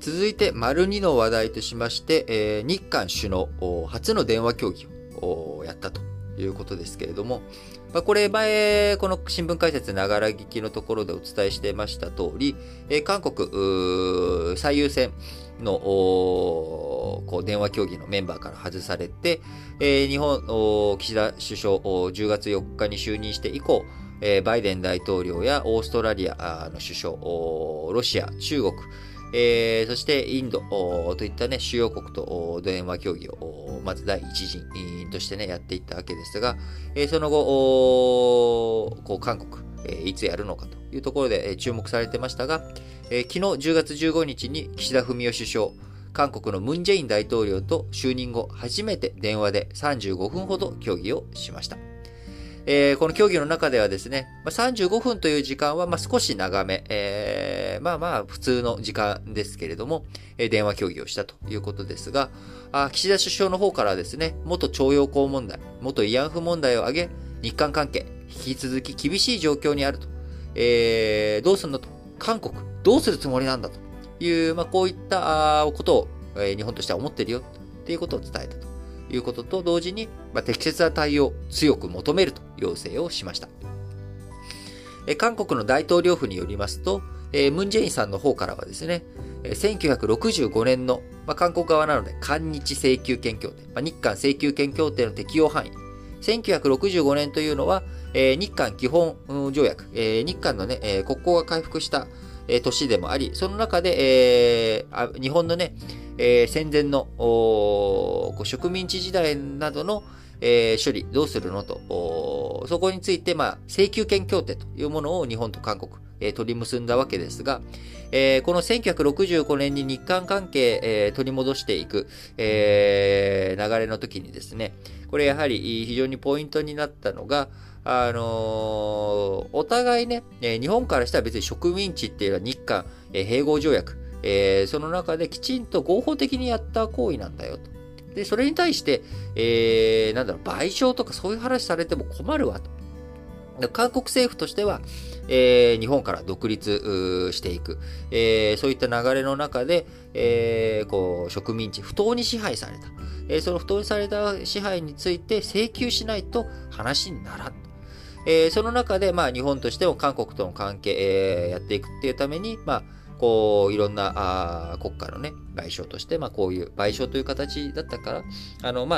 続いて、丸2の話題としまして、日韓首脳初の電話協議をやったということですけれども、これ前、この新聞解説ながら聞きのところでお伝えしていました通り、韓国最優先の電話協議のメンバーから外されて、日本、岸田首相、10月4日に就任して以降、バイデン大統領やオーストラリアの首相、ロシア、中国、そしてインドといったね、主要国と電話協議をまず第一陣としてね、やっていったわけですが、その後、韓国、いつやるのかというところで注目されてましたが、昨日10月15日に岸田文雄首相、韓国のムン・ジェイン大統領と就任後初めて電話で35分ほど協議をしました。この協議の中ではですね、35分という時間は少し長め、普通の時間ですけれども、電話協議をしたということですが、岸田首相の方からはですね、元徴用工問題、元慰安婦問題を挙げ、日韓関係、引き続き厳しい状況にあると。どうするのと。韓国、どうするつもりなんだという、こういったことを、日本としては思っているよということを伝えたということと同時に、適切な対応を強く求めると要請をしました。韓国の大統領府によりますと、ムン・ジェインさんの方からはですね、1965年の、韓国側なので、韓日請求権協定、日韓請求権協定の適用範囲。1965年というのは、日韓基本条約、日韓のね、国交が回復した年でもあり、その中で、日本のね、戦前の植民地時代などの、処理どうするのと、そこについて、請求権協定というものを日本と韓国、取り結んだわけですが、この1965年に日韓関係、取り戻していく、流れの時にですね、これやはり非常にポイントになったのが、お互いね、日本からしたら別に植民地っていうのは日韓、併合条約、その中できちんと合法的にやった行為なんだよと。で、それに対して、賠償とかそういう話されても困るわと。韓国政府としては、日本から独立していく、そういった流れの中で、植民地、不当に支配された。その不当にされた支配について請求しないと話にならん。その中で、日本としても韓国との関係、やっていくっていうために、いろんな国家のね、賠償として、こういう賠償という形だったから、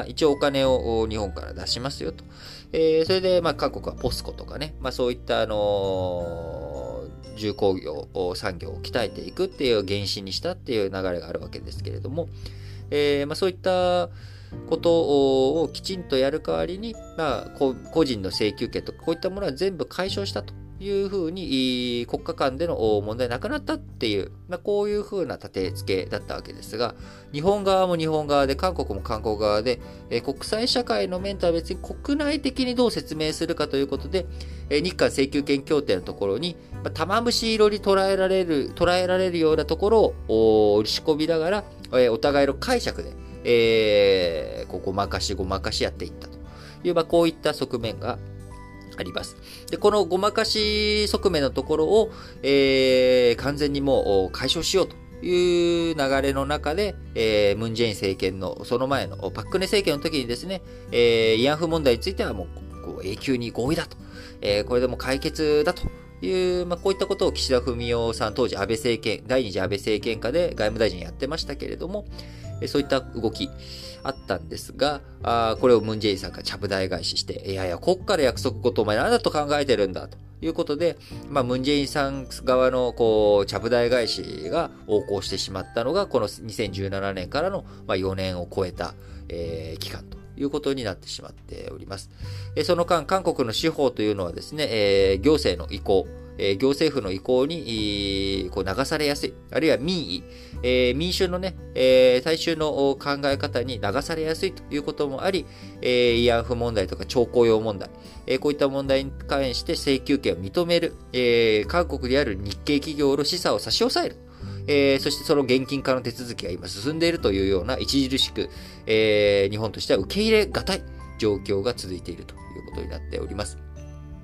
一応お金を日本から出しますよと。それで、韓国はポスコとかね、そういった、重工業、産業を鍛えていくっていう原資にしたっていう流れがあるわけですけれども、そういったことをきちんとやる代わりに、個人の請求権とかこういったものは全部解消したというふうに、国家間での問題なくなったっていう、こういうふうな立て付けだったわけですが、日本側も日本側で、韓国も韓国側で、国際社会の面とは別に国内的にどう説明するかということで、日韓請求権協定のところに、玉虫色に捉えられるようなところを仕込みながら、お互いの解釈で、ごまかしやっていったという、こういった側面があります。で、このごまかし側面のところを、完全にもう解消しようという流れの中で、ムン・ジェイン政権のその前のパク・クネ政権の時にですね、慰安婦問題についてはもう永久に合意だと、これでも解決だという、こういったことを岸田文雄さん、当時安倍政権、第二次安倍政権下で外務大臣やってましたけれども、そういった動きあったんですが、これをムン・ジェインさんがちゃぶ台返しして、いやいや、国家で約束事お前何だと考えてるんだということで、ムン・ジェインさん側のちゃぶ台返しが横行してしまったのが、この2017年からの4年を超えた、期間ということになってしまっております。その間、韓国の司法というのはですね、行政の意向、行政府の意向に流されやすい、あるいは民意、民衆のね、大衆の考え方に流されやすいということもあり、慰安婦問題とか徴工用問題、こういった問題に関して請求権を認める、韓国である日系企業の資産を差し押さえる。そしてその現金化の手続きが今進んでいるというような著しく、日本としては受け入れがたい状況が続いているということになっております。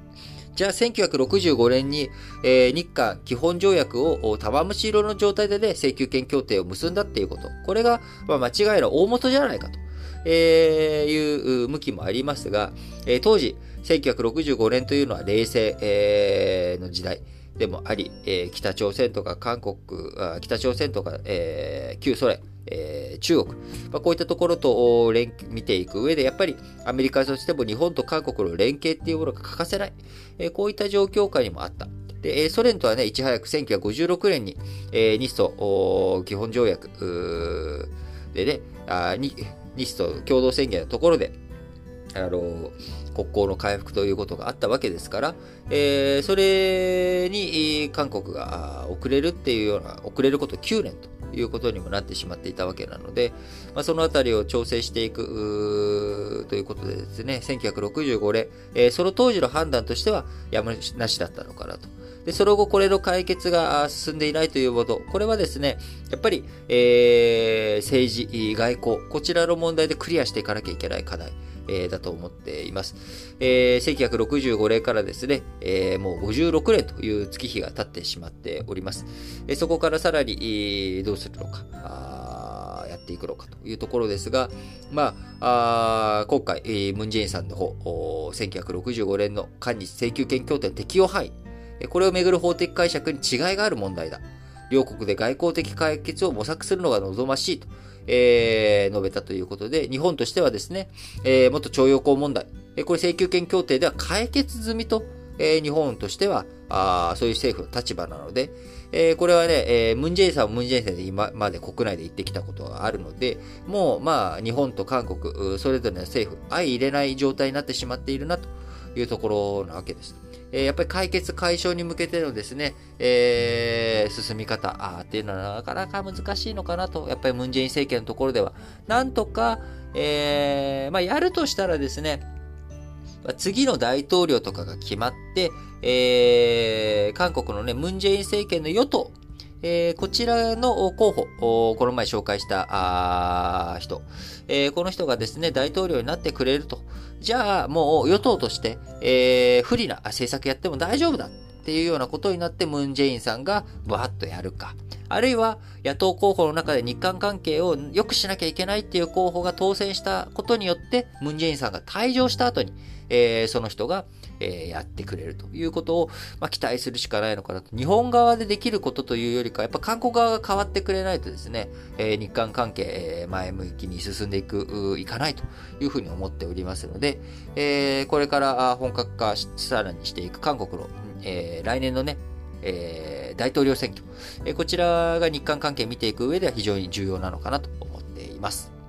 じゃあ1965年に、日韓基本条約を玉虫色の状態でね、請求権協定を結んだっていうこと。これが、間違いの大元じゃないかと、いう向きもありますが、当時、1965年というのは冷戦、の時代でもあり、北朝鮮とか北朝鮮とか、旧ソ連、中国、こういったところと見ていく上で、やっぱりアメリカとしても日本と韓国の連携っていうものが欠かせない、こういった状況下にもあった。で、ソ連とはね、いち早く1956年に、日ソ基本条約でね、日ソ共同宣言のところで、国交の回復ということがあったわけですから、それに韓国が遅れるっていうような、遅れること9年ということにもなってしまっていたわけなので、そのあたりを調整していくということでですね、1965年、その当時の判断としてはやむなしだったのかなと。で、その後これの解決が進んでいないということ、これはですね、やっぱり、政治、外交、こちらの問題でクリアしていかなきゃいけない課題。だと思っています。1965年からですね、もう56年という月日が経ってしまっております。そこからさらに、どうするのか、やっていくのかというところですが、今回、ムン・ジェインさんの方、1965年の韓日請求権協定の適用範囲、これをめぐる法的解釈に違いがある問題だ。両国で外交的解決を模索するのが望ましいと。述べたということで、日本としてはですね、元徴用工問題、これ請求権協定では解決済みと、日本としてはそういう政府の立場なので、これはね、ムンジェインさんはムンジェインさんで今まで国内で言ってきたことがあるので、もう日本と韓国、それぞれの政府、相入れない状態になってしまっているなというところなわけです。やっぱり解決解消に向けてのですね、進み方っていうのはなかなか難しいのかなと、やっぱりムン・ジェイン政権のところでは、なんとか、やるとしたらですね、次の大統領とかが決まって、韓国のね、ムン・ジェイン政権の与党、こちらの候補、この前紹介した人、この人がですね、大統領になってくれると。じゃあ、もう与党として、不利な政策やっても大丈夫だっていうようなことになってムン・ジェインさんがバーッとやるか。あるいは野党候補の中で日韓関係を良くしなきゃいけないっていう候補が当選したことによってムン・ジェインさんが退場した後に、その人が、やってくれるということを、期待するしかないのかなと。日本側でできることというよりか、やっぱ韓国側が変わってくれないとですね、日韓関係、前向きに進んでいかないというふうに思っておりますので、これから本格化さらにしていく韓国の、来年のね、大統領選挙、こちらが日韓関係を見ていく上では非常に重要なのかなと思っています。